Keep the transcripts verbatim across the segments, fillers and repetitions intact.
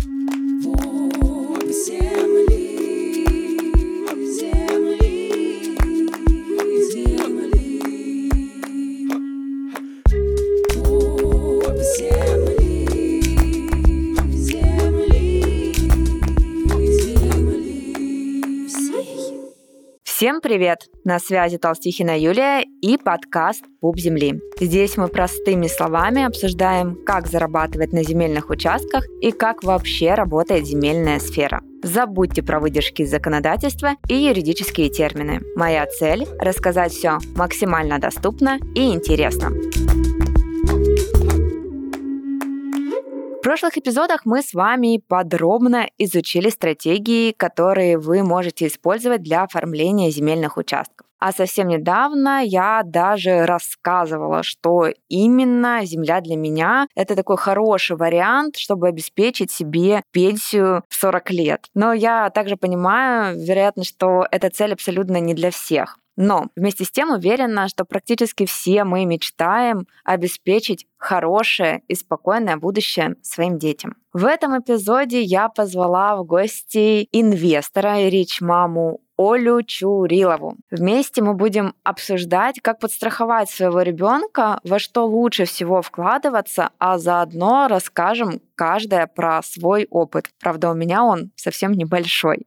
Всем привет! На связи Толстихина Юлия и подкаст «Пуп земли». Здесь мы простыми словами обсуждаем, как зарабатывать на земельных участках и как вообще работает земельная сфера. Забудьте про выдержки из законодательства и юридические термины. Моя цель – рассказать все максимально доступно и интересно. В прошлых эпизодах мы с вами подробно изучили стратегии, которые вы можете использовать для оформления земельных участков. А совсем недавно я даже рассказывала, что именно земля для меня – это такой хороший вариант, чтобы обеспечить себе пенсию в сорок лет. Но я также понимаю, вероятно, что эта цель абсолютно не для всех. Но вместе с тем уверена, что практически все мы мечтаем обеспечить хорошее и спокойное будущее своим детям. В этом эпизоде я позвала в гости инвестора и рич-маму Олю Чурилову. Вместе мы будем обсуждать, как подстраховать своего ребенка, во что лучше всего вкладываться, а заодно расскажем каждая про свой опыт. Правда, у меня он совсем небольшой.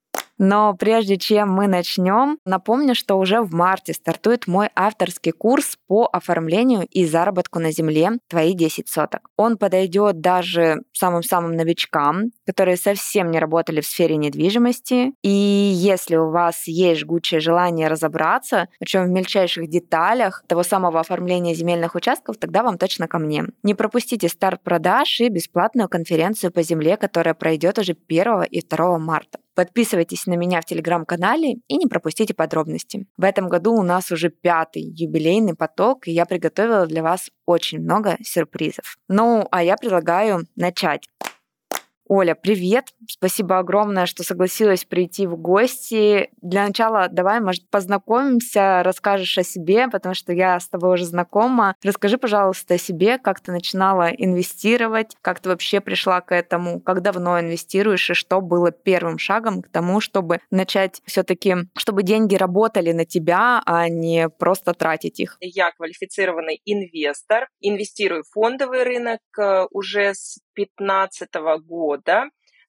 Но прежде чем мы начнем, напомню, что уже в марте стартует мой авторский курс по оформлению и заработку на земле «Твои десять соток». Он подойдет даже самым-самым новичкам, которые совсем не работали в сфере недвижимости. И если у вас есть жгучее желание разобраться, причем в мельчайших деталях того самого оформления земельных участков, тогда вам точно ко мне. Не пропустите старт продаж и бесплатную конференцию по земле, которая пройдет уже первого и второго марта. Подписывайтесь на меня в телеграм-канале и не пропустите подробности. В этом году у нас уже пятый юбилейный поток, и я приготовила для вас очень много сюрпризов. Ну, а я предлагаю начать. Оля, привет! Спасибо огромное, что согласилась прийти в гости. Для начала давай, может, познакомимся, расскажешь о себе, потому что я с тобой уже знакома. Расскажи, пожалуйста, о себе, как ты начинала инвестировать, как ты вообще пришла к этому, как давно инвестируешь и что было первым шагом к тому, чтобы начать все-таки, чтобы деньги работали на тебя, а не просто тратить их. Я квалифицированный инвестор, инвестирую в фондовый рынок уже с пятнадцатого года,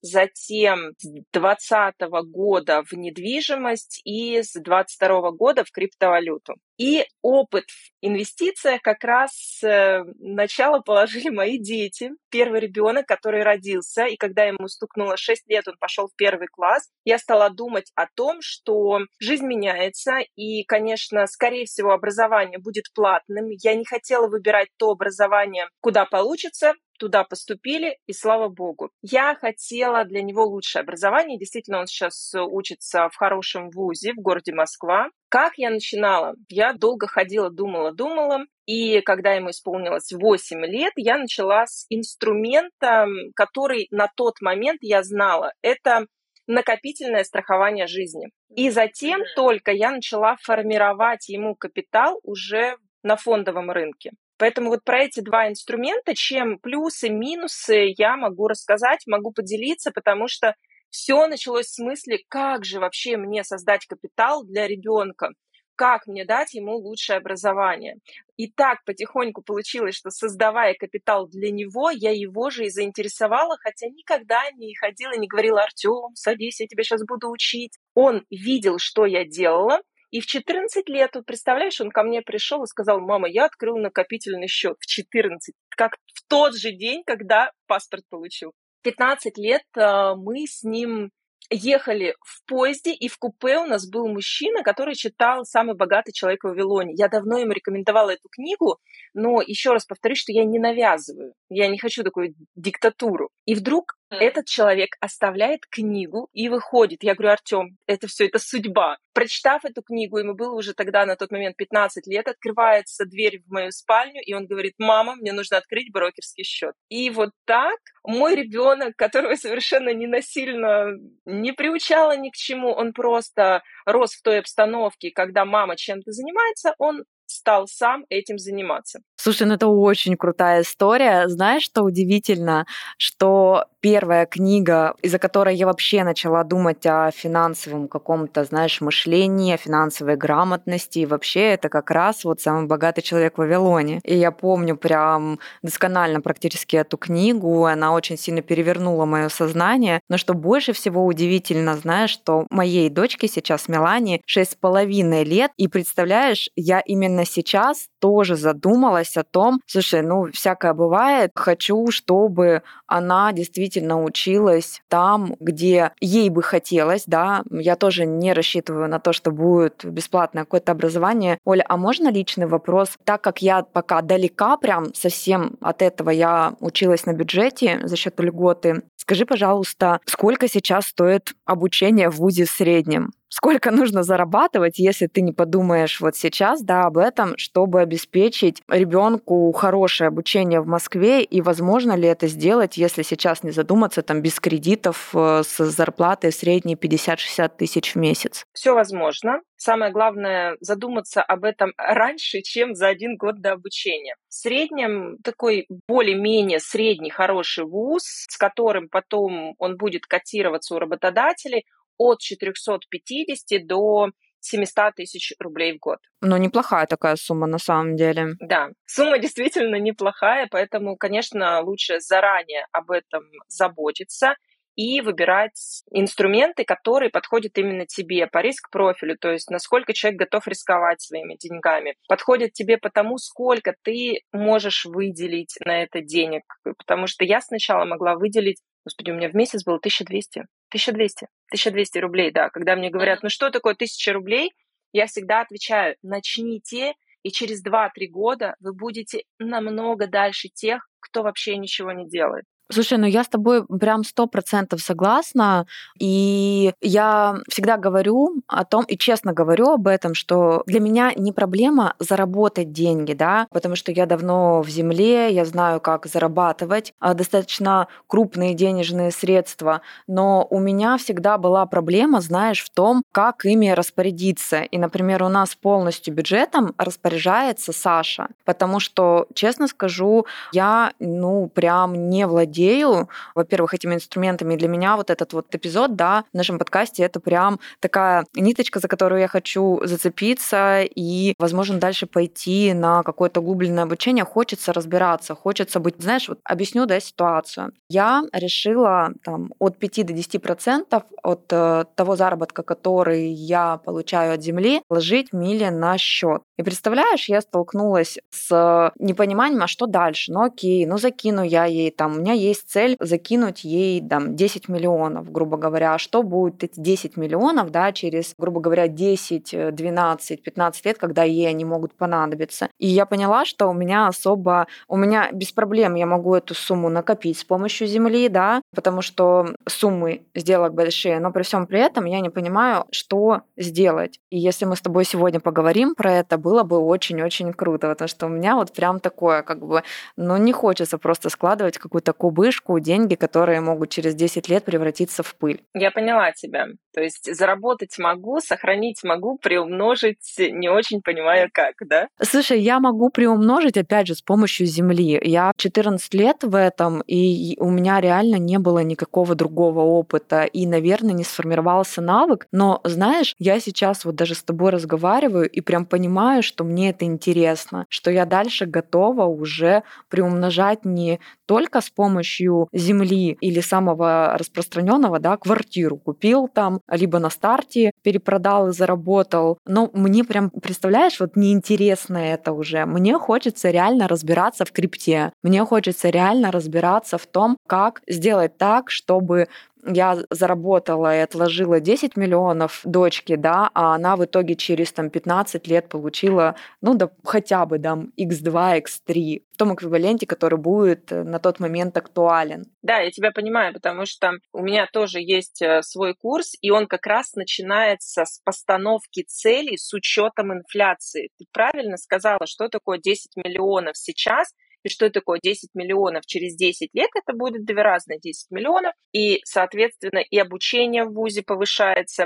затем с двадцатого года в недвижимость и с двадцать второго года в криптовалюту. И опыт в инвестициях как раз э, начало положили мои дети. Первый ребенок, который родился, и когда ему стукнуло шесть лет, он пошел в первый класс, я стала думать о том, что жизнь меняется, и, конечно, скорее всего, образование будет платным. Я не хотела выбирать то образование, куда получится, туда поступили, и слава богу. Я хотела для него лучшее образование. Действительно, он сейчас учится в хорошем вузе в городе Москва. Как я начинала? Я долго ходила, думала, думала. И когда ему исполнилось восемь лет, я начала с инструмента, который на тот момент я знала. Это накопительное страхование жизни. И затем только я начала формировать ему капитал уже на фондовом рынке. Поэтому вот про эти два инструмента, чем плюсы, минусы, я могу рассказать, могу поделиться, потому что все началось с мысли, как же вообще мне создать капитал для ребенка, как мне дать ему лучшее образование. И так потихоньку получилось, что создавая капитал для него, я его же и заинтересовала, хотя никогда не ходила, не говорила: «Артём, садись, я тебя сейчас буду учить». Он видел, что я делала. И в четырнадцать лет, вот представляешь, он ко мне пришел и сказал: «Мама, я открыл накопительный счет в четырнадцать, как в тот же день, когда паспорт получил». В пятнадцать лет мы с ним ехали в поезде, и в купе у нас был мужчина, который читал «Самый богатый человек в Вавилоне». Я давно ему рекомендовала эту книгу, но еще раз повторюсь, что я не навязываю, я не хочу такую диктатуру. И вдруг этот человек оставляет книгу и выходит. Я говорю: «Артём, это все, это судьба». Прочитав эту книгу, ему было уже тогда на тот момент пятнадцать лет, открывается дверь в мою спальню, и он говорит: «Мама, мне нужно открыть брокерский счет». И вот так мой ребенок, которого совершенно не насильно не приучала ни к чему, он просто рос в той обстановке, когда мама чем-то занимается, он стал сам этим заниматься. Слушай, ну это очень крутая история. Знаешь, что удивительно, что первая книга, из-за которой я вообще начала думать о финансовом каком-то, знаешь, мышлении, о финансовой грамотности, и вообще это как раз вот «Самый богатый человек в Вавилоне». И я помню прям досконально практически эту книгу, она очень сильно перевернула мое сознание. Но что больше всего удивительно, знаешь, что моей дочке сейчас, Мелани, шесть с половиной лет, и представляешь, я именно сейчас тоже задумалась о том, слушай, ну всякое бывает, хочу, чтобы она действительно училась там, где ей бы хотелось, да, я тоже не рассчитываю на то, что будет бесплатное какое-то образование. Оля, а можно личный вопрос? Так как я пока далека прям совсем от этого, я училась на бюджете за счет льготы, скажи, пожалуйста, сколько сейчас стоит обучение в вузе в среднем? Сколько нужно зарабатывать, если ты не подумаешь вот сейчас, да, об этом, чтобы обеспечить ребенку хорошее обучение в Москве, и возможно ли это сделать, если сейчас не задуматься, там, без кредитов, с зарплатой средней пятьдесят-шестьдесят тысяч в месяц? Все возможно. Самое главное задуматься об этом раньше, чем за один год до обучения. В среднем такой более-менее средний хороший вуз, с которым потом он будет котироваться у работодателей, от четырехсот пятидесяти до семисот тысяч рублей в год. Ну, неплохая такая сумма на самом деле. Да, сумма действительно неплохая, поэтому, конечно, лучше заранее об этом заботиться и выбирать инструменты, которые подходят именно тебе по риск-профилю, то есть насколько человек готов рисковать своими деньгами. Подходит тебе по тому, сколько ты можешь выделить на это денег, потому что я сначала могла выделить, господи, у меня в месяц было тысяча двести. тысяча двести. тысяча двести рублей, да. Когда мне говорят, ну что такое тысяча рублей, я всегда отвечаю, начните, и через два-три года вы будете намного дальше тех, кто вообще ничего не делает. Слушай, ну я с тобой прям сто процентов согласна, и я всегда говорю о том, и честно говорю об этом, что для меня не проблема заработать деньги, да, потому что я давно в земле, я знаю, как зарабатывать достаточно крупные денежные средства, но у меня всегда была проблема, знаешь, в том, как ими распорядиться. И, например, у нас полностью бюджетом распоряжается Саша, потому что, честно скажу, я, ну, прям не владею идею, во-первых, этими инструментами. Для меня вот этот вот эпизод, да, в нашем подкасте, это прям такая ниточка, за которую я хочу зацепиться и, возможно, дальше пойти на какое-то углубленное обучение. Хочется разбираться, хочется быть, знаешь, вот объясню, да, ситуацию. Я решила там от пяти до десяти процентов от э, того заработка, который я получаю от земли, ложить Миле на счет. И представляешь, я столкнулась с непониманием, а что дальше? Ну окей, ну закину я ей там, у меня есть цель закинуть ей там десять миллионов, грубо говоря. А что будет эти десять миллионов, да, через, грубо говоря, десять, двенадцать, пятнадцать лет, когда ей они могут понадобиться? И я поняла, что у меня особо, у меня без проблем я могу эту сумму накопить с помощью земли, да, потому что суммы сделок большие, но при всем при этом я не понимаю, что сделать. И если мы с тобой сегодня поговорим про это, было бы очень-очень круто, потому что у меня вот прям такое, как бы, ну не хочется просто складывать какую-то кубышку, деньги, которые могут через десять лет превратиться в пыль. Я поняла тебя. То есть заработать могу, сохранить могу, приумножить не очень понимаю как, да? Слушай, я могу приумножить, опять же, с помощью земли. Я четырнадцать лет в этом, и у меня реально не было никакого другого опыта, и, наверное, не сформировался навык. Но, знаешь, я сейчас вот даже с тобой разговариваю и прям понимаю, что мне это интересно, что я дальше готова уже приумножать не только с помощью земли или самого распространенного, да, квартиру купил там, либо на старте перепродал и заработал. Но мне прям, представляешь, вот неинтересно это уже. Мне хочется реально разбираться в крипте. Мне хочется реально разбираться в том, как сделать так, чтобы я заработала и отложила десять миллионов дочке, да, а она в итоге через там, пятнадцать лет получила, ну, да, хотя бы там икс два, икс три в том эквиваленте, который будет на тот момент актуален. Да, я тебя понимаю, потому что у меня тоже есть свой курс, и он как раз начинается с постановки целей с учетом инфляции. Ты правильно сказала, что такое десять миллионов сейчас, и что такое десять миллионов через десять лет, это будет две разные десять миллионов, и, соответственно, и обучение в вузе повышается,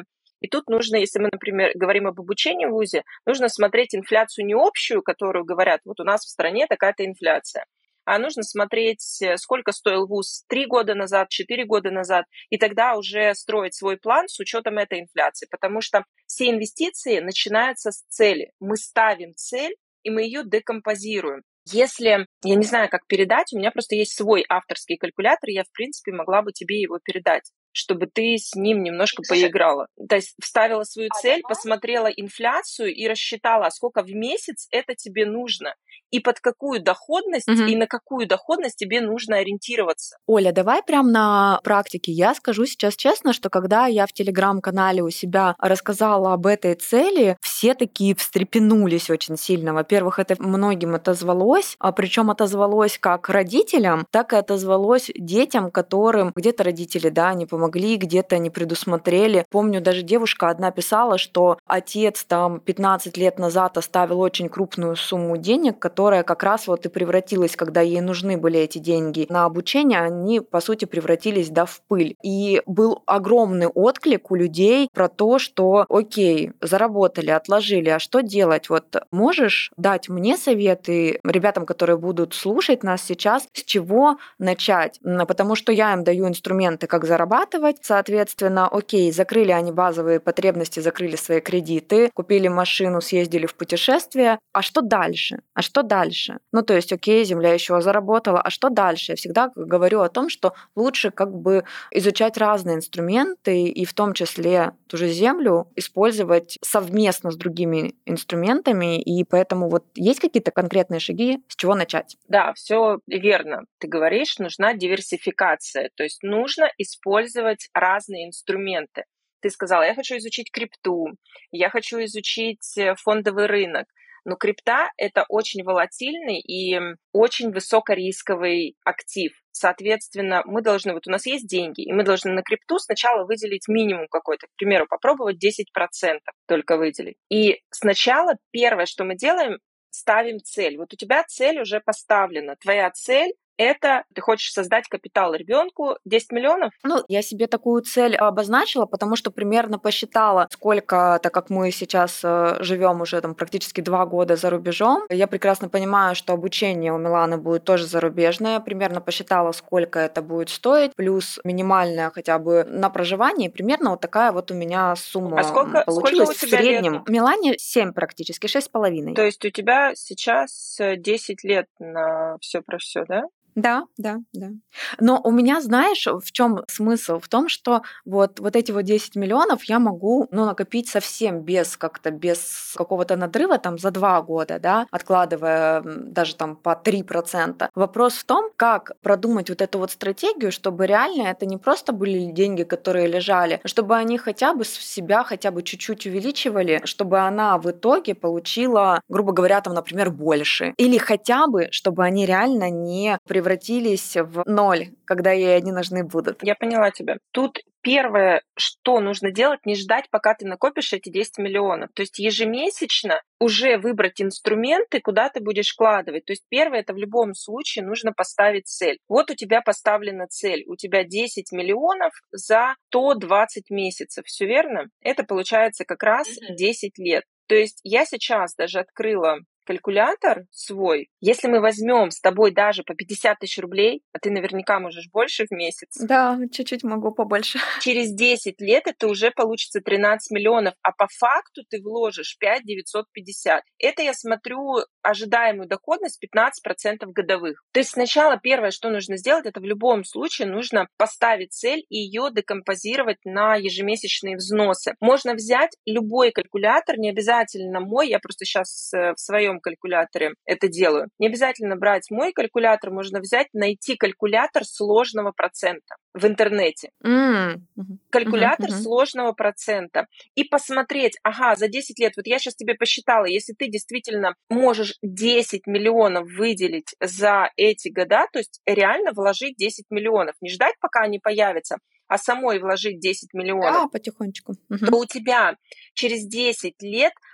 И тут нужно, если мы, например, говорим об обучении в вузе, нужно смотреть инфляцию не общую, которую говорят, вот у нас в стране такая-то инфляция, а нужно смотреть, сколько стоил вуз три года назад, четыре года назад, и тогда уже строить свой план с учетом этой инфляции, потому что все инвестиции начинаются с цели. Мы ставим цель, и мы ее декомпозируем. Если, я не знаю, как передать, у меня просто есть свой авторский калькулятор, я, в принципе, могла бы тебе его передать, чтобы ты с ним немножко Слушай, поиграла. То есть вставила свою а цель, давай? Посмотрела инфляцию и рассчитала, сколько в месяц это тебе нужно, и под какую доходность, угу. и на какую доходность тебе нужно ориентироваться. Оля, давай прям на практике. Я скажу сейчас честно, что когда я в Телеграм-канале у себя рассказала об этой цели, все такие встрепенулись очень сильно. Во-первых, это многим отозвалось, а причем отозвалось как родителям, так и отозвалось детям, которым где-то родители, да, не помогли, где-то не предусмотрели. Помню, даже девушка одна писала, что отец там пятнадцать лет назад оставил очень крупную сумму денег, которая как раз вот и превратилась, когда ей нужны были эти деньги на обучение, они, по сути, превратились, да, в пыль. И был огромный отклик у людей про то, что окей, заработали, отложили, а что делать? Вот можешь дать мне советы ребятам, которые будут слушать нас сейчас, с чего начать? Потому что я им даю инструменты, как зарабатывать, соответственно, окей, закрыли они базовые потребности, закрыли свои кредиты, купили машину, съездили в путешествие, а что дальше? А что дальше? Ну, то есть, окей, земля еще заработала, а что дальше? Я всегда говорю о том, что лучше как бы изучать разные инструменты, и в том числе ту же землю использовать совместно с другими инструментами, и поэтому вот есть какие-то конкретные шаги, с чего начать? Да, все верно. Ты говоришь, нужна диверсификация, то есть нужно использовать разные инструменты. Ты сказала, я хочу изучить крипту, я хочу изучить фондовый рынок. Но крипта – это очень волатильный и очень высокорисковый актив. Соответственно, мы должны, вот у нас есть деньги, и мы должны на крипту сначала выделить минимум какой-то, к примеру, попробовать десять процентов только выделить. И сначала первое, что мы делаем, ставим цель. Вот у тебя цель уже поставлена. Твоя цель – это ты хочешь создать капитал ребенку десять миллионов? Ну, я себе такую цель обозначила, потому что примерно посчитала, сколько, так как мы сейчас живем уже там практически два года за рубежом, я прекрасно понимаю, что обучение у Миланы будет тоже зарубежное, примерно посчитала, сколько это будет стоить, плюс минимальная хотя бы на проживание, примерно вот такая вот у меня сумма а сколько, получилась сколько у в тебя среднем. лет? В Милане семь практически, шесть с половиной. То есть у тебя сейчас десять лет на все про все, да? Да, да, да. Но у меня, знаешь, в чем смысл? В том, что вот, вот эти вот десять миллионов я могу, ну, накопить совсем без как-то, без какого-то надрыва там за два года, да, откладывая даже там по три процента. Вопрос в том, как продумать вот эту вот стратегию, чтобы реально это не просто были деньги, которые лежали, чтобы они хотя бы себя хотя бы чуть-чуть увеличивали, чтобы она в итоге получила, грубо говоря, там, например, больше. Или хотя бы, чтобы они реально не превратились в ноль, когда ей они нужны будут. Я поняла тебя. Тут первое, что нужно делать, не ждать, пока ты накопишь эти десять миллионов. То есть ежемесячно уже выбрать инструменты, куда ты будешь вкладывать. То есть первое, это в любом случае нужно поставить цель. Вот у тебя поставлена цель. У тебя десять миллионов за сто двадцать месяцев. Все верно? Это получается как раз десять лет. То есть я сейчас даже открыла калькулятор свой, если мы возьмем с тобой даже по пятьдесят тысяч рублей, а ты наверняка можешь больше в месяц. Да, чуть-чуть могу побольше. Через десять лет это уже получится тринадцать миллионов, а по факту ты вложишь пять тысяч девятьсот пятьдесят. Это я смотрю ожидаемую доходность пятнадцать процентов годовых. То есть сначала первое, что нужно сделать, это в любом случае нужно поставить цель и ее декомпозировать на ежемесячные взносы. Можно взять любой калькулятор, не обязательно мой, я просто сейчас в своем калькуляторе это делаю. Не обязательно брать мой калькулятор, можно взять, найти калькулятор сложного процента в интернете. Mm-hmm. Калькулятор mm-hmm. сложного процента. И посмотреть, ага, за десять лет, вот я сейчас тебе посчитала, если ты действительно можешь десять миллионов выделить за эти года, то есть реально вложить десять миллионов, не ждать, пока они появятся, а самой вложить десять миллионов, а, потихонечку. то у тебя через десять лет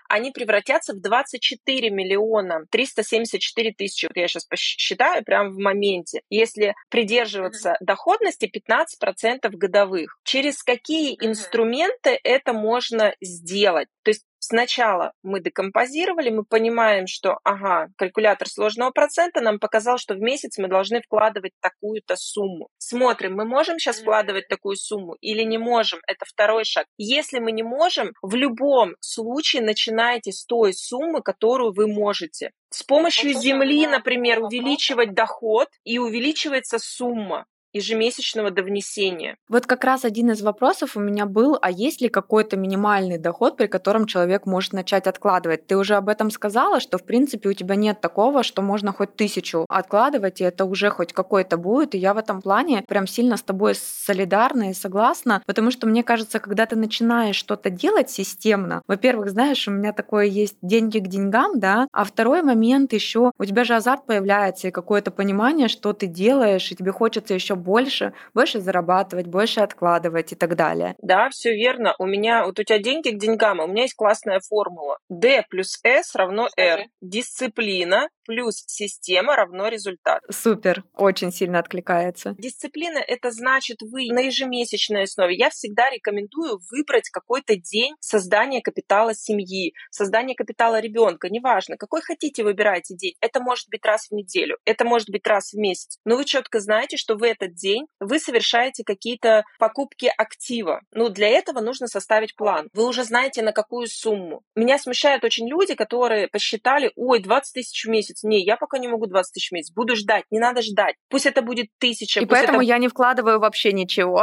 они превратятся в двадцать четыре миллиона триста семьдесят четыре тысячи. Вот я сейчас посчитаю прямо в моменте. Если придерживаться mm-hmm. доходности пятнадцать процентов годовых, через какие mm-hmm. инструменты это можно сделать? То есть сначала мы декомпозировали, мы понимаем, что, ага, калькулятор сложного процента нам показал, что в месяц мы должны вкладывать такую-то сумму. Смотрим, мы можем сейчас вкладывать такую сумму или не можем? Это второй шаг. Если мы не можем, в любом случае начинайте с той суммы, которую вы можете. С помощью земли, например, увеличивать доход, и увеличивается сумма ежемесячного довнесения. Вот как раз один из вопросов у меня был, а есть ли какой-то минимальный доход, при котором человек может начать откладывать? Ты уже об этом сказала, что в принципе у тебя нет такого, что можно хоть тысячу откладывать, и это уже хоть какой-то будет, и я в этом плане прям сильно с тобой солидарна и согласна, потому что мне кажется, когда ты начинаешь что-то делать системно, во-первых, знаешь, у меня такое есть деньги к деньгам, да, а второй момент еще у тебя же азарт появляется и какое-то понимание, что ты делаешь, и тебе хочется еще больше, больше зарабатывать, больше откладывать и так далее. Да, все верно. У меня, вот у тебя деньги к деньгам, а у меня есть классная формула. D плюс S равно R. Дисциплина плюс система равно результат. Супер, очень сильно откликается. Дисциплина — это значит, вы на ежемесячной основе. Я всегда рекомендую выбрать какой-то день создания капитала семьи, создания капитала ребенка, неважно, какой хотите, выбирайте день. Это может быть раз в неделю, это может быть раз в месяц. Но вы четко знаете, что в этот день вы совершаете какие-то покупки актива. Ну, для этого нужно составить план. Вы уже знаете, на какую сумму. Меня смущают очень люди, которые посчитали, ой, двадцать тысяч в месяц. Не, я пока не могу двадцать тысяч в месяц. Буду ждать, не надо ждать. Пусть это будет тысяча. И поэтому это... я не вкладываю вообще ничего.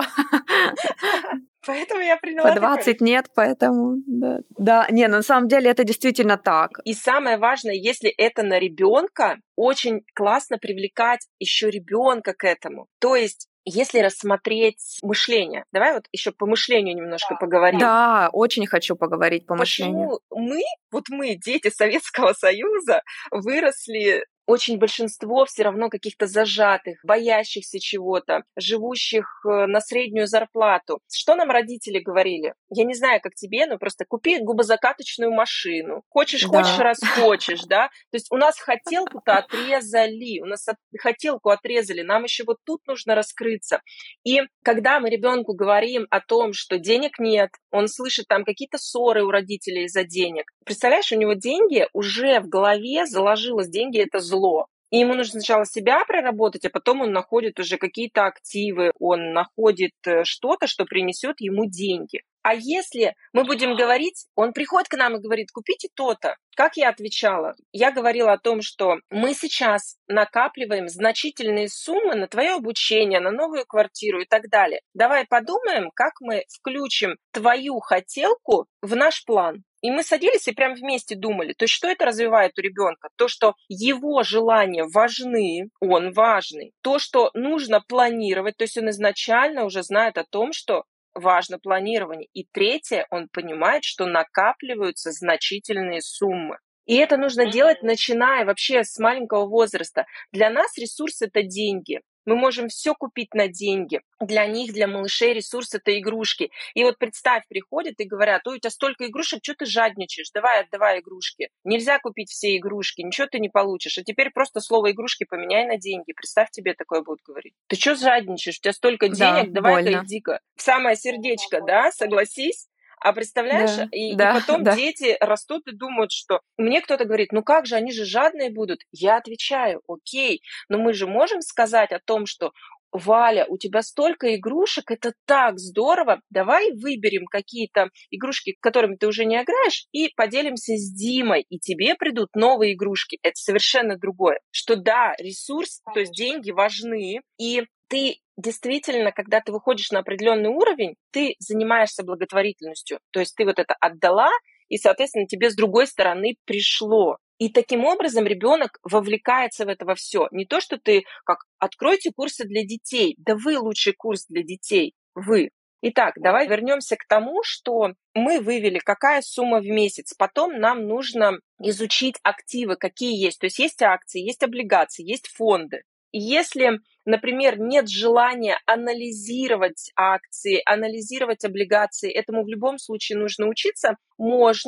Поэтому я приняла По двадцать такое... нет, поэтому... Да. да, не, на самом деле это действительно так. И самое важное, если это на ребенка, очень классно привлекать еще ребенка к этому. То есть если рассмотреть мышление, давай вот еще по мышлению немножко да. поговорим. Да, очень хочу поговорить по Почему мышлению. мы, вот мы, дети Советского Союза, выросли очень большинство все равно каких-то зажатых, боящихся чего-то, живущих на среднюю зарплату. Что нам родители говорили? Я не знаю, как тебе, но просто купи губозакаточную машину. Хочешь, да. хочешь, раз хочешь, да? То есть у нас хотелку-то отрезали, у нас от... хотелку отрезали, нам еще вот тут нужно раскрыться. И когда мы ребенку говорим о том, что денег нет, он слышит там какие-то ссоры у родителей из-за денег. Представляешь, у него деньги уже в голове заложилось, деньги — это зло. И ему нужно сначала себя проработать, а потом он находит уже какие-то активы, он находит что-то, что принесет ему деньги. А если мы будем говорить, он приходит к нам и говорит, купите то-то. Как я отвечала? Я говорила о том, что мы сейчас накапливаем значительные суммы на твое обучение, на новую квартиру и так далее. Давай подумаем, как мы включим твою хотелку в наш план. И мы садились и прям вместе думали, то есть что это развивает у ребенка? То, что его желания важны, он важный. То, что нужно планировать, то есть он изначально уже знает о том, что важно планирование. И третье, он понимает, что накапливаются значительные суммы. И это нужно делать, начиная вообще с маленького возраста. Для нас ресурс — это деньги. Мы можем все купить на деньги. Для них, для малышей ресурс — это игрушки. И вот представь, приходят и говорят, ой, у тебя столько игрушек, что ты жадничаешь? Давай, отдавай игрушки. Нельзя купить все игрушки, ничего ты не получишь. А теперь просто слово игрушки поменяй на деньги. Представь, тебе такое будут говорить. Ты что жадничаешь? У тебя столько денег, да, давай-ка иди-ка. В самое сердечко, да, согласись? А представляешь, да, и, да, и потом да. дети растут и думают, что... Мне кто-то говорит, ну как же, они же жадные будут. Я отвечаю, окей, но мы же можем сказать о том, что Валя, у тебя столько игрушек, это так здорово, давай выберем какие-то игрушки, которыми ты уже не играешь, и поделимся с Димой, и тебе придут новые игрушки. Это совершенно другое. Что да, ресурс, то есть деньги важны, и ты действительно, когда ты выходишь на определенный уровень, ты занимаешься благотворительностью. То есть ты вот это отдала, и, соответственно, тебе с другой стороны пришло. И таким образом ребенок вовлекается в это во все. Не то, что ты как откройте курсы для детей. Да вы лучший курс для детей. Вы. Итак, давай вернемся к тому, что мы вывели, какая сумма в месяц. Потом нам нужно изучить активы, какие есть. То есть есть акции, есть облигации, есть фонды. И если, например, нет желания анализировать акции, анализировать облигации, этому в любом случае нужно учиться, можно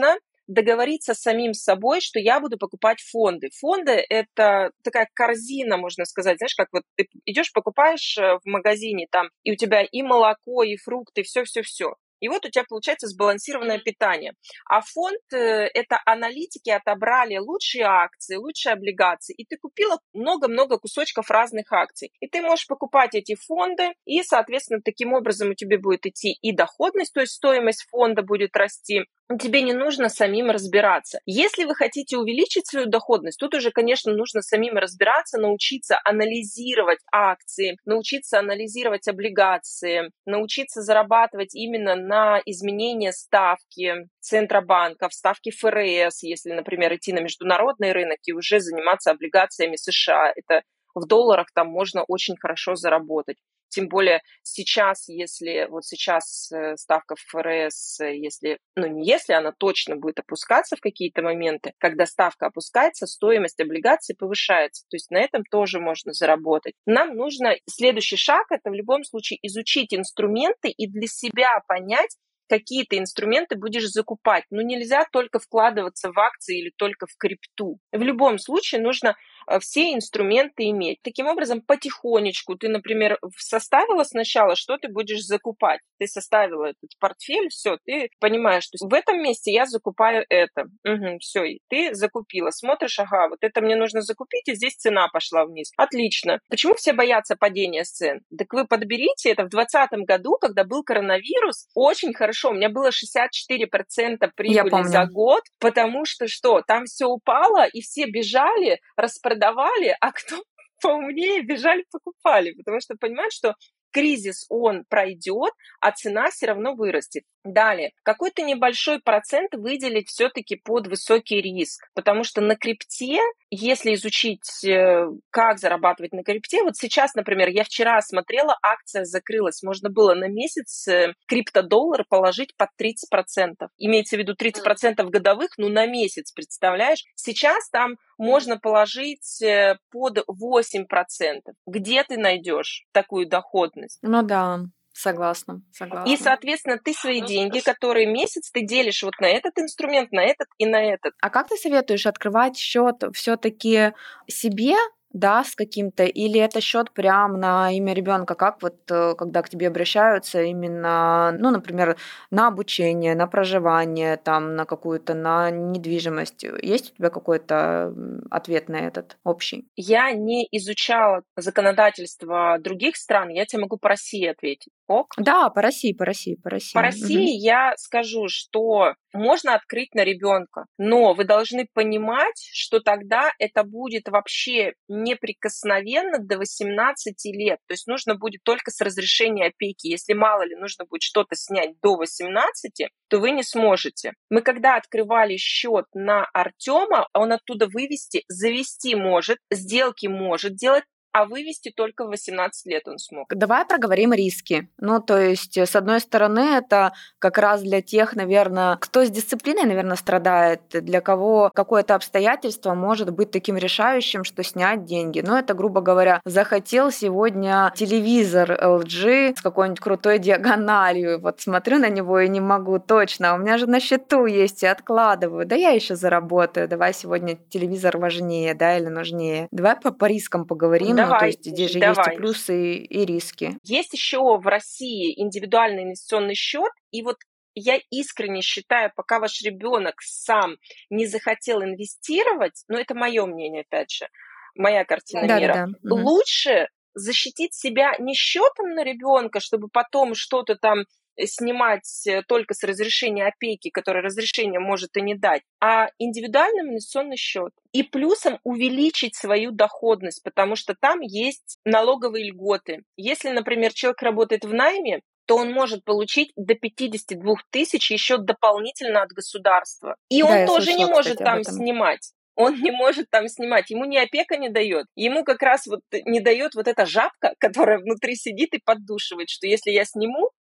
договориться с самим собой, что я буду покупать фонды. Фонды – это такая корзина, можно сказать, знаешь, как вот ты идешь, покупаешь в магазине, там, и у тебя и молоко, и фрукты, все-все-все. И вот у тебя получается сбалансированное питание. А фонд – это аналитики отобрали лучшие акции, лучшие облигации, и ты купила много-много кусочков разных акций. И ты можешь покупать эти фонды, и, соответственно, таким образом у тебя будет идти и доходность, то есть стоимость фонда будет расти. Тебе не нужно самим разбираться. Если вы хотите увеличить свою доходность, тут уже, конечно, нужно самим разбираться, научиться анализировать акции, научиться анализировать облигации, научиться зарабатывать именно на изменение ставки Центробанков, ставки эф эр эс, если, например, идти на международный рынок и уже заниматься облигациями США. Это в долларах там можно очень хорошо заработать. Тем более сейчас, если вот сейчас ставка эф эр эс, если, ну не если, она точно будет опускаться в какие-то моменты, когда ставка опускается, стоимость облигаций повышается. То есть на этом тоже можно заработать. Нам нужно следующий шаг, это в любом случае изучить инструменты и для себя понять, какие ты инструменты будешь закупать. Ну, нельзя только вкладываться в акции или только в крипту. В любом случае нужно все инструменты иметь. Таким образом, потихонечку ты, например, составила сначала, что ты будешь закупать. Ты составила этот портфель, все, ты понимаешь, что в этом месте я закупаю это. Угу, все, и ты закупила. Смотришь, ага, вот это мне нужно закупить, и здесь цена пошла вниз. Отлично. Почему все боятся падения цен? Так вы подберите это в двадцатом году, когда был коронавирус, очень хорошо. У меня было шестьдесят четыре процента прибыли за год, потому что что? Там все упало, и все бежали, распродавали, а кто поумнее бежали, покупали. Потому что понимают, что кризис, он пройдет, а цена все равно вырастет. Далее, какой-то небольшой процент выделить все-таки под высокий риск, потому что на крипте, если изучить, как зарабатывать на крипте, вот сейчас, например, я вчера смотрела, акция закрылась, можно было на месяц криптодоллар положить под тридцать процентов. Имеется в виду тридцать процентов годовых, ну на месяц, представляешь? Сейчас там можно положить под восемь процентов. Где ты найдешь такую доходность? Ну да. Согласна, согласна. И, соответственно, ты свои деньги, которые месяц ты делишь вот на этот инструмент, на этот и на этот. А как ты советуешь открывать счет все-таки себе, да, с каким-то, или это счет прям на имя ребенка? Как вот когда к тебе обращаются именно, ну, например, на обучение, на проживание, там, на какую-то, на недвижимость? Есть у тебя какой-то ответ на этот общий? Я не изучала законодательство других стран, я тебе могу по России ответить. Ок? Да, по России, по России, по России. По России угу. Я скажу, что можно открыть на ребенка, но вы должны понимать, что тогда это будет вообще неприкосновенно до восемнадцати лет. То есть нужно будет только с разрешения опеки. Если мало ли нужно будет что-то снять до восемнадцати, то вы не сможете. Мы когда открывали счет на Артема, он оттуда вывести, завести может, сделки может делать, а вывести только в восемнадцать лет он смог. Давай проговорим риски. Ну, то есть, с одной стороны, это как раз для тех, наверное, кто с дисциплиной, наверное, страдает, для кого какое-то обстоятельство может быть таким решающим, что снять деньги. Ну, это, грубо говоря, захотел сегодня телевизор эл джи с какой-нибудь крутой диагональю. Вот смотрю на него и не могу точно. У меня же на счету есть и откладываю. Да я еще заработаю. Давай сегодня телевизор важнее, да, или нужнее. Давай по, по рискам поговорим. Давай, ну, то есть здесь же давай. есть и плюсы, и риски. Есть еще в России индивидуальный инвестиционный счет, и вот я искренне считаю, пока ваш ребенок сам не захотел инвестировать, ну это мое мнение, опять же, моя картина да, мира, да, да. лучше защитить себя не счетом на ребенка, чтобы потом что-то там снимать только с разрешения опеки, которое разрешение может и не дать, а индивидуальный инвестиционный счет. И плюсом увеличить свою доходность, потому что там есть налоговые льготы. Если, например, человек работает в найме, то он может получить до пятьдесят два тысячи еще дополнительно от государства. И да, он тоже слышала, не может кстати, там снимать. Он не может там снимать, ему ни опека не дает, ему как раз вот не дает вот эта жабка, которая внутри сидит и поддушивает, что если я сниму,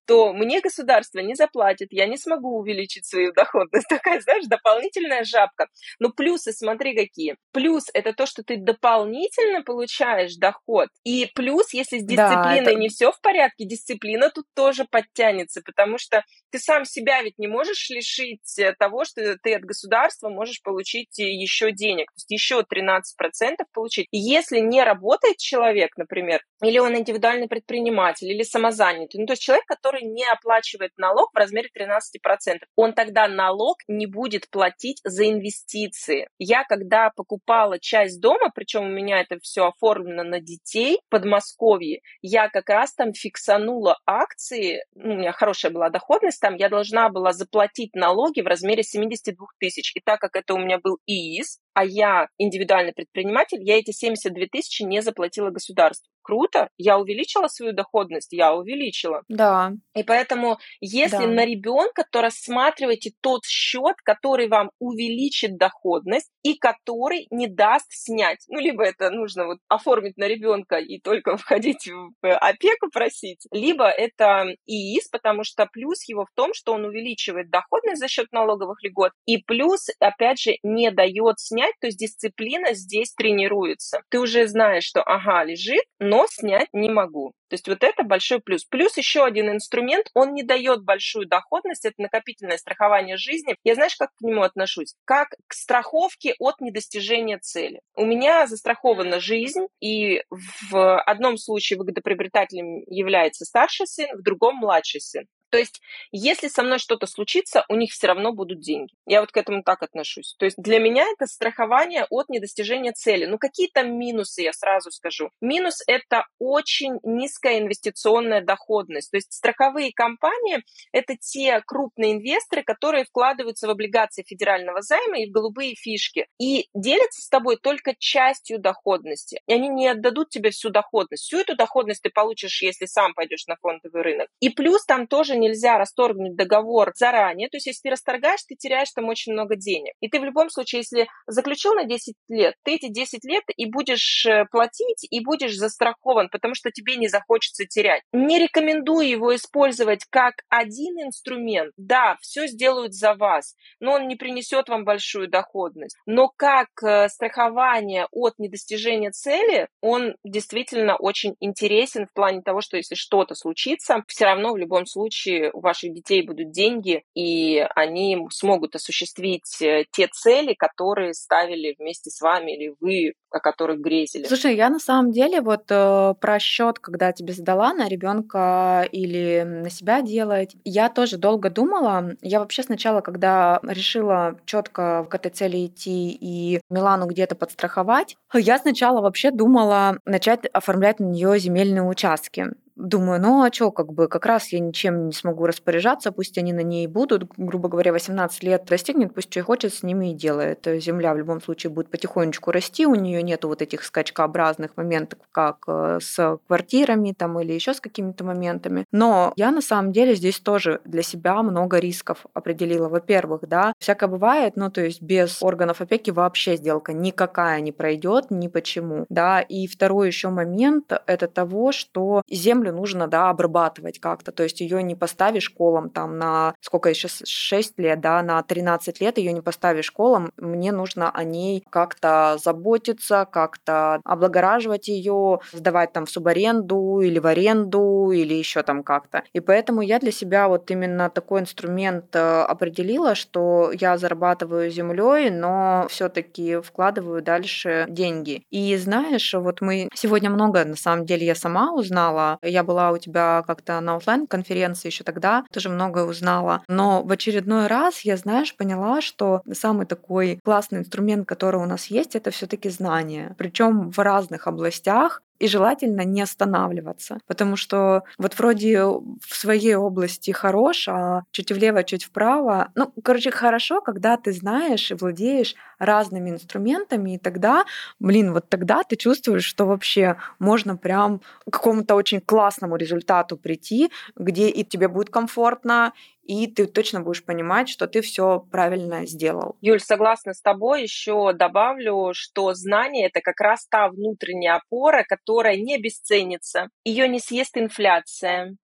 то мне государство не заплатит, я не смогу увеличить свою доходность. Такая, знаешь, дополнительная жабка. Но плюсы, смотри, какие. Плюс – это то, что ты дополнительно получаешь доход. И плюс, если с Да, дисциплиной это не все в порядке, дисциплина тут тоже подтянется, потому что ты сам себя ведь не можешь лишить того, что ты от государства можешь получить еще денег, то есть еще тринадцать процентов получить. И если не работает человек, например, или он индивидуальный предприниматель, или самозанятый, ну, то есть человек, который не оплачивает налог в размере тринадцать процентов, он тогда налог не будет платить за инвестиции. Я, когда покупала часть дома, причем у меня это все оформлено на детей в Подмосковье, я как раз там фиксанула акции, ну, у меня хорошая была доходность там, я должна была заплатить налоги в размере семьдесят два тысячи. И так как это у меня был ИИС, а я индивидуальный предприниматель, я эти семьдесят две тысячи не заплатила государству. Круто, я увеличила свою доходность, я увеличила. да, И поэтому, если да. на ребенка, то рассматривайте тот счет, который вам увеличит доходность и который не даст снять. Ну, либо это нужно вот оформить на ребенка и только входить в опеку просить, либо это ИИС, потому что плюс его в том, что он увеличивает доходность за счет налоговых льгот, и плюс, опять же, не дает снять, то есть дисциплина здесь тренируется. Ты уже знаешь, что ага, лежит, но снять не могу. То есть вот это большой плюс. Плюс еще один инструмент, он не дает большую доходность, это накопительное страхование жизни. Я знаешь, как к нему отношусь? Как к страховке от недостижения цели. У меня застрахована жизнь, и в одном случае выгодоприобретателем является старший сын, в другом младший сын. То есть, если со мной что-то случится, у них все равно будут деньги. Я вот к этому так отношусь. То есть, для меня это страхование от недостижения цели. Ну, какие там минусы, я сразу скажу. Минус – это очень низкая инвестиционная доходность. То есть, страховые компании – это те крупные инвесторы, которые вкладываются в облигации федерального займа и в голубые фишки. И делятся с тобой только частью доходности. И они не отдадут тебе всю доходность. Всю эту доходность ты получишь, если сам пойдешь на фондовый рынок. И плюс там тоже нельзя расторгнуть договор заранее. То есть, если ты расторгаешь, ты теряешь там очень много денег. И ты в любом случае, если заключил на десять лет, ты эти десять лет и будешь платить, и будешь застрахован, потому что тебе не захочется терять. Не рекомендую его использовать как один инструмент. Да, все сделают за вас, но он не принесет вам большую доходность. Но как страхование от недостижения цели, он действительно очень интересен в плане того, что если что-то случится, все равно в любом случае у ваших детей будут деньги, и они смогут осуществить те цели, которые ставили вместе с вами, или вы, о которых грезили. Слушай, я на самом деле вот э, про счет, когда тебе задала на ребенка или на себя делать, я тоже долго думала. Я вообще сначала, когда решила четко к этой цели идти и Милану где-то подстраховать, я сначала вообще думала начать оформлять на нее земельные участки. Думаю, ну а что, как бы как раз я ничем не смогу распоряжаться, пусть они на ней будут, грубо говоря, восемнадцать лет достигнет, пусть что хочет, с ними и делает. Земля в любом случае будет потихонечку расти, у нее нету вот этих скачкообразных моментов, как с квартирами там или еще с какими-то моментами. Но я на самом деле здесь тоже для себя много рисков определила. Во-первых, да, всякое бывает, ну то есть без органов опеки вообще сделка никакая не пройдет, ни почему, да. И второй еще момент это того, что землю нужно, да, обрабатывать как-то, то есть ее не поставишь колом там на сколько еще шесть лет, да, на тринадцать лет ее не поставишь колом, мне нужно о ней как-то заботиться, как-то облагораживать ее, сдавать там в субаренду или в аренду или еще там как-то. И поэтому я для себя вот именно такой инструмент определила, что я зарабатываю землей, но все-таки вкладываю дальше деньги. И знаешь, вот мы сегодня много, на самом деле, я сама узнала. Я была у тебя как-то на офлайн-конференции еще тогда, тоже многое узнала. Но в очередной раз я, знаешь, поняла, что самый такой классный инструмент, который у нас есть, это все-таки знания. Причем в разных областях. И желательно не останавливаться, потому что вот вроде в своей области хорош, а чуть влево, чуть вправо. Ну, короче, хорошо, когда ты знаешь и владеешь разными инструментами, и тогда, блин, вот тогда ты чувствуешь, что вообще можно прям к какому-то очень классному результату прийти, где и тебе будет комфортно, и ты точно будешь понимать, что ты все правильно сделал. Юль, согласна с тобой. Еще добавлю, что знание – это как раз та внутренняя опора, которая не обесценится. Ее не съест инфляция.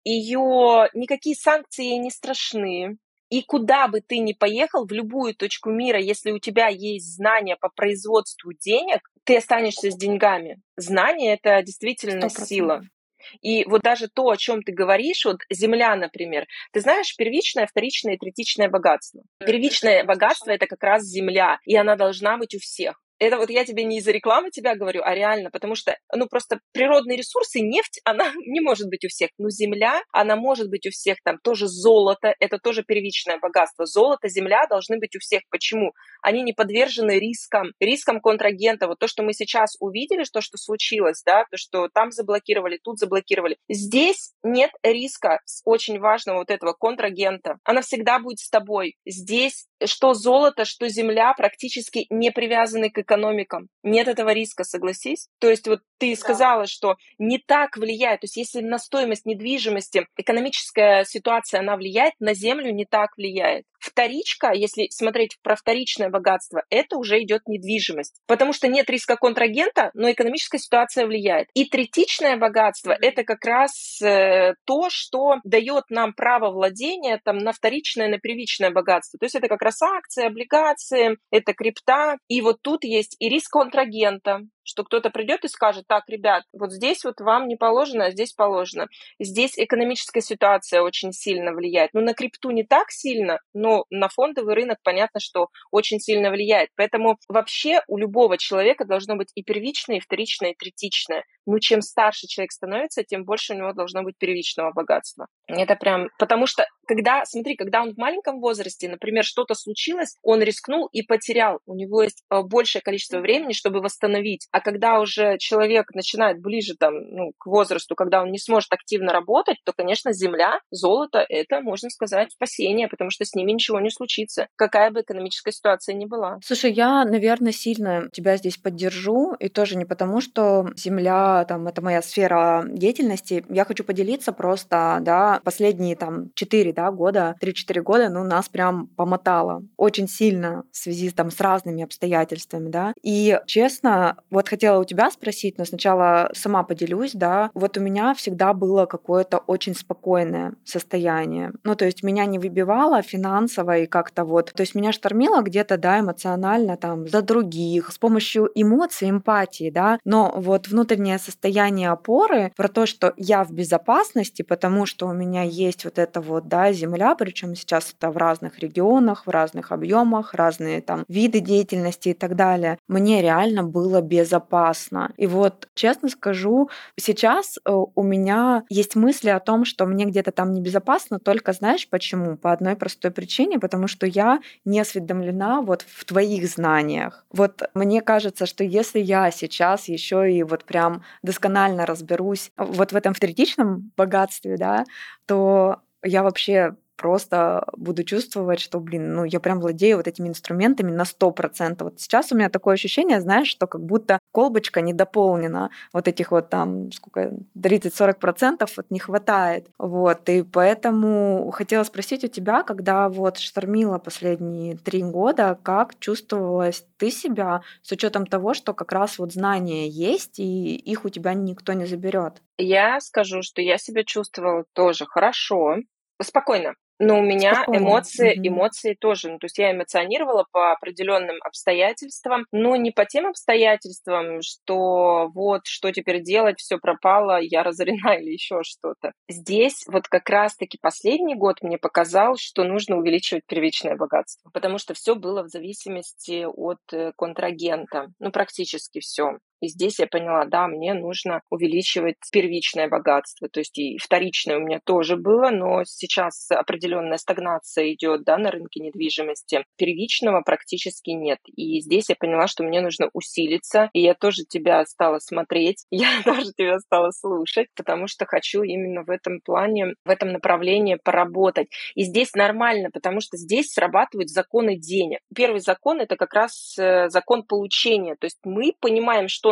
ее никакие санкции ей не страшны. И куда бы ты ни поехал, в любую точку мира, если у тебя есть знания по производству денег, ты останешься с деньгами. Знание — это действительно Сто сила. процентов. И вот даже то, о чем ты говоришь, вот земля, например, ты знаешь, первичное, вторичное и третичное богатство. Первичное богатство — это как раз земля, и она должна быть у всех. Это вот я тебе не из-за рекламы тебя говорю, а реально, потому что, ну, просто природные ресурсы, нефть, она не может быть у всех, но земля, она может быть у всех, там тоже золото, это тоже первичное богатство. Золото, земля должны быть у всех. Почему? Они не подвержены рискам, рискам контрагента. Вот то, что мы сейчас увидели, то, что случилось, да, то, что там заблокировали, тут заблокировали. Здесь нет риска очень важного вот этого контрагента. Она всегда будет с тобой. Здесь что золото, что земля практически не привязаны к экономикам. Нет этого риска, согласись? То есть вот ты сказала, да, что не так влияет. То есть если на стоимость недвижимости экономическая ситуация, она влияет, на землю не так влияет. Вторичка, если смотреть про вторичное богатство, это уже идет недвижимость. Потому что нет риска контрагента, но экономическая ситуация влияет. И третичное богатство mm-hmm. это как раз э, то, что дает нам право владения там, на вторичное, на первичное богатство. То есть это как раз акции, облигации, это крипта. И вот тут есть и риск контрагента, что кто-то придет и скажет: так, ребят, вот здесь вот вам не положено, а здесь положено. Здесь экономическая ситуация очень сильно влияет. Ну, на крипту не так сильно, но на фондовый рынок понятно, что очень сильно влияет. Поэтому вообще у любого человека должно быть и первичное, и вторичное, и третичное. Ну, чем старше человек становится, тем больше у него должно быть первичного богатства. Это прям... Потому что, когда, смотри, когда он в маленьком возрасте, например, что-то случилось, он рискнул и потерял. У него есть большее количество времени, чтобы восстановить. А когда уже человек начинает ближе там, ну, к возрасту, когда он не сможет активно работать, то, конечно, земля, золото — это, можно сказать, спасение, потому что с ними ничего не случится, какая бы экономическая ситуация ни была. Слушай, я, наверное, сильно тебя здесь поддержу, и тоже не потому, что земля, там, это моя сфера деятельности. Я хочу поделиться просто, да, последние там четыре, да, года, три-четыре года, ну, нас прям помотало очень сильно в связи там с разными обстоятельствами, да. И, честно, вот хотела у тебя спросить, но сначала сама поделюсь, да. Вот у меня всегда было какое-то очень спокойное состояние. Ну, то есть меня не выбивало финансово и как-то вот, то есть меня штормило где-то, да, эмоционально там за других, с помощью эмоций, эмпатии, да, но вот внутреннее состояние опоры про то, что я в безопасности, потому что у меня есть вот эта вот, да, земля, причем сейчас это в разных регионах, в разных объемах, разные там виды деятельности и так далее, мне реально было безопасно. И вот, честно скажу, сейчас у меня есть мысли о том, что мне где-то там небезопасно, только знаешь почему? По одной простой причине, потому что я не осведомлена вот в твоих знаниях. Вот мне кажется, что если я сейчас еще и вот прям досконально разберусь вот в этом третичном богатстве, да, то я вообще просто буду чувствовать, что, блин, ну я прям владею вот этими инструментами на сто процентов. Вот сейчас у меня такое ощущение, знаешь, что как будто колбочка недополнена, вот этих вот там, сколько, тридцать-сорок процентов вот не хватает. Вот, и поэтому хотела спросить у тебя, когда вот штормила последние три года, как чувствовалась ты себя с учетом того, что как раз вот знания есть, и их у тебя никто не заберет? Я скажу, что я себя чувствовала тоже хорошо, спокойно. Но у меня Спокойно. эмоции, Мгм. эмоции тоже. Ну, то есть я эмоционировала по определенным обстоятельствам, но не по тем обстоятельствам, что вот, что теперь делать, все пропало, я разорена или еще что-то. Здесь вот как раз-таки последний год мне показал, что нужно увеличивать первичное богатство, потому что все было в зависимости от э, контрагента, ну, практически все. И здесь я поняла, да, мне нужно увеличивать первичное богатство. То есть и вторичное у меня тоже было, но сейчас определенная стагнация идет, да, на рынке недвижимости. Первичного практически нет. И здесь я поняла, что мне нужно усилиться. И я тоже тебя стала смотреть, я тоже тебя стала слушать, потому что хочу именно в этом плане, в этом направлении поработать. И здесь нормально, потому что здесь срабатывают законы денег. Первый закон — это как раз закон получения. То есть мы понимаем, что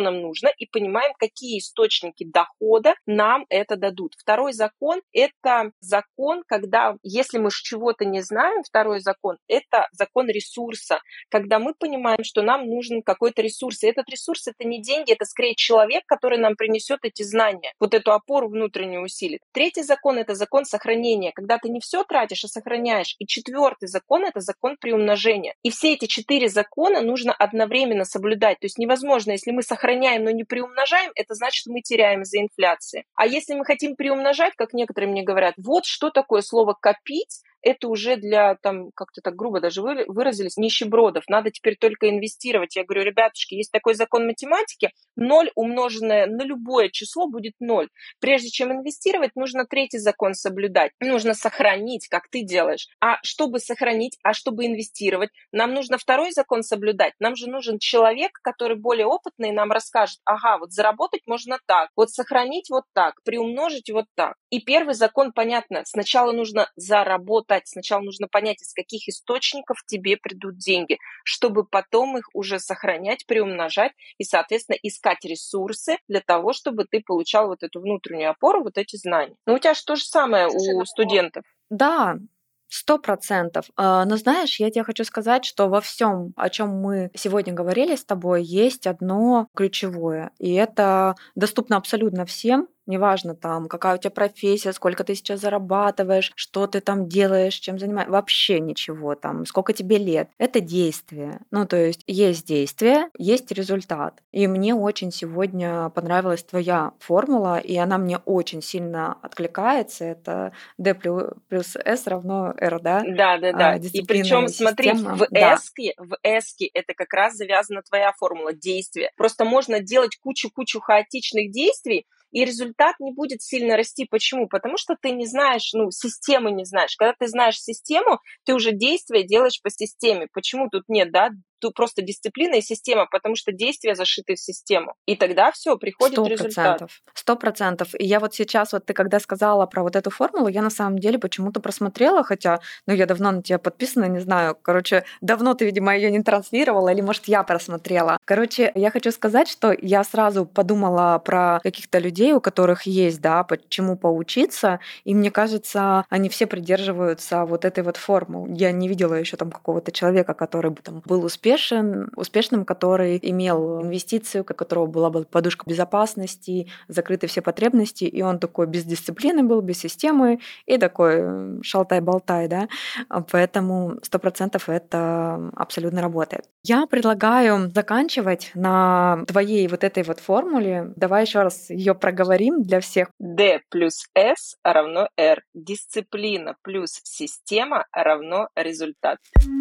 нам нужно, и понимаем, какие источники дохода нам это дадут. Второй закон – это закон, когда, если мы чего-то не знаем, второй закон – это закон ресурса, когда мы понимаем, что нам нужен какой-то ресурс. И этот ресурс – это не деньги, это скорее человек, который нам принесет эти знания, вот эту опору внутреннюю усилит. Третий закон – это закон сохранения, когда ты не все тратишь, а сохраняешь. И четвертый закон – это закон приумножения. И все эти четыре закона нужно одновременно соблюдать. То есть невозможно, если мы сохраняем, но не приумножаем, это значит, что мы теряем из-за инфляции. А если мы хотим приумножать, как некоторые мне говорят, вот что такое слово «копить», это уже для, там, как-то так грубо даже выразились, нищебродов. Надо теперь только инвестировать. Я говорю, ребятушки, есть такой закон математики, ноль умноженное на любое число будет ноль. Прежде чем инвестировать, нужно третий закон соблюдать. Нужно сохранить, как ты делаешь. А чтобы сохранить, а чтобы инвестировать, нам нужно второй закон соблюдать. Нам же нужен человек, который более опытный, нам расскажет, ага, вот заработать можно так, вот сохранить вот так, приумножить вот так. И первый закон, понятно, сначала нужно заработать. Сначала нужно понять, из каких источников тебе придут деньги, чтобы потом их уже сохранять, приумножать и, соответственно, искать ресурсы для того, чтобы ты получал вот эту внутреннюю опору, вот эти знания. Но у тебя же то же самое у студентов. Да, Сто процентов. А, Но знаешь, я тебе хочу сказать, что во всем, о чем мы сегодня говорили с тобой, есть одно ключевое, и это доступно абсолютно всем. Неважно, там, какая у тебя профессия, сколько ты сейчас зарабатываешь, что ты там делаешь, чем занимаешься, вообще ничего там, сколько тебе лет. Это действие. Ну, то есть есть действие, есть результат. И мне очень сегодня понравилась твоя формула, и она мне очень сильно откликается. Это D плюс S равно R, да? Да, да, да. А, И причем, смотри, система. в Да. эске, в эске это как раз завязана твоя формула действия. Просто можно делать кучу-кучу хаотичных действий, и результат не будет сильно расти. Почему? Потому что ты не знаешь, ну, системы не знаешь. Когда ты знаешь систему, ты уже действия делаешь по системе. Почему тут нет, да? Тут просто дисциплина и система, потому что действия зашиты в систему. И тогда все, приходит Сто результат. процентов. Сто процентов. И я вот сейчас, вот ты когда сказала про вот эту формулу, я на самом деле почему-то просмотрела, хотя, ну, я давно на тебя подписана, не знаю, короче, давно ты, видимо, ее не транслировала, или, может, я просмотрела. Короче, я хочу сказать, что я сразу подумала про каких-то людей, у которых есть, да, почему поучиться, и мне кажется, они все придерживаются вот этой вот формулы. Я не видела еще там какого-то человека, который бы там был успешен, успешным, который имел инвестицию, у которого была бы подушка безопасности, закрыты все потребности, и он такой без дисциплины был, без системы, и такой шалтай-болтай, да. Поэтому сто процентов это абсолютно работает. Я предлагаю заканчивать на твоей вот этой вот формуле. Давай еще раз ее проговорим для всех. D плюс S равно R. Дисциплина плюс система равно результат.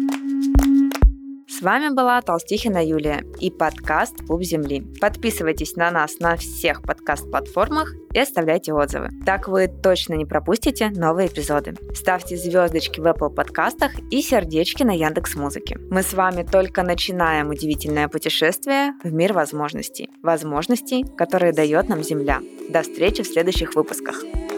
С вами была Толстихина Юлия и подкаст «Пуп земли». Подписывайтесь на нас на всех подкаст-платформах и оставляйте отзывы. Так вы точно не пропустите новые эпизоды. Ставьте звездочки в Apple подкастах и сердечки на Яндекс.Музыке. Мы с вами только начинаем удивительное путешествие в мир возможностей. Возможностей, которые дает нам Земля. До встречи в следующих выпусках.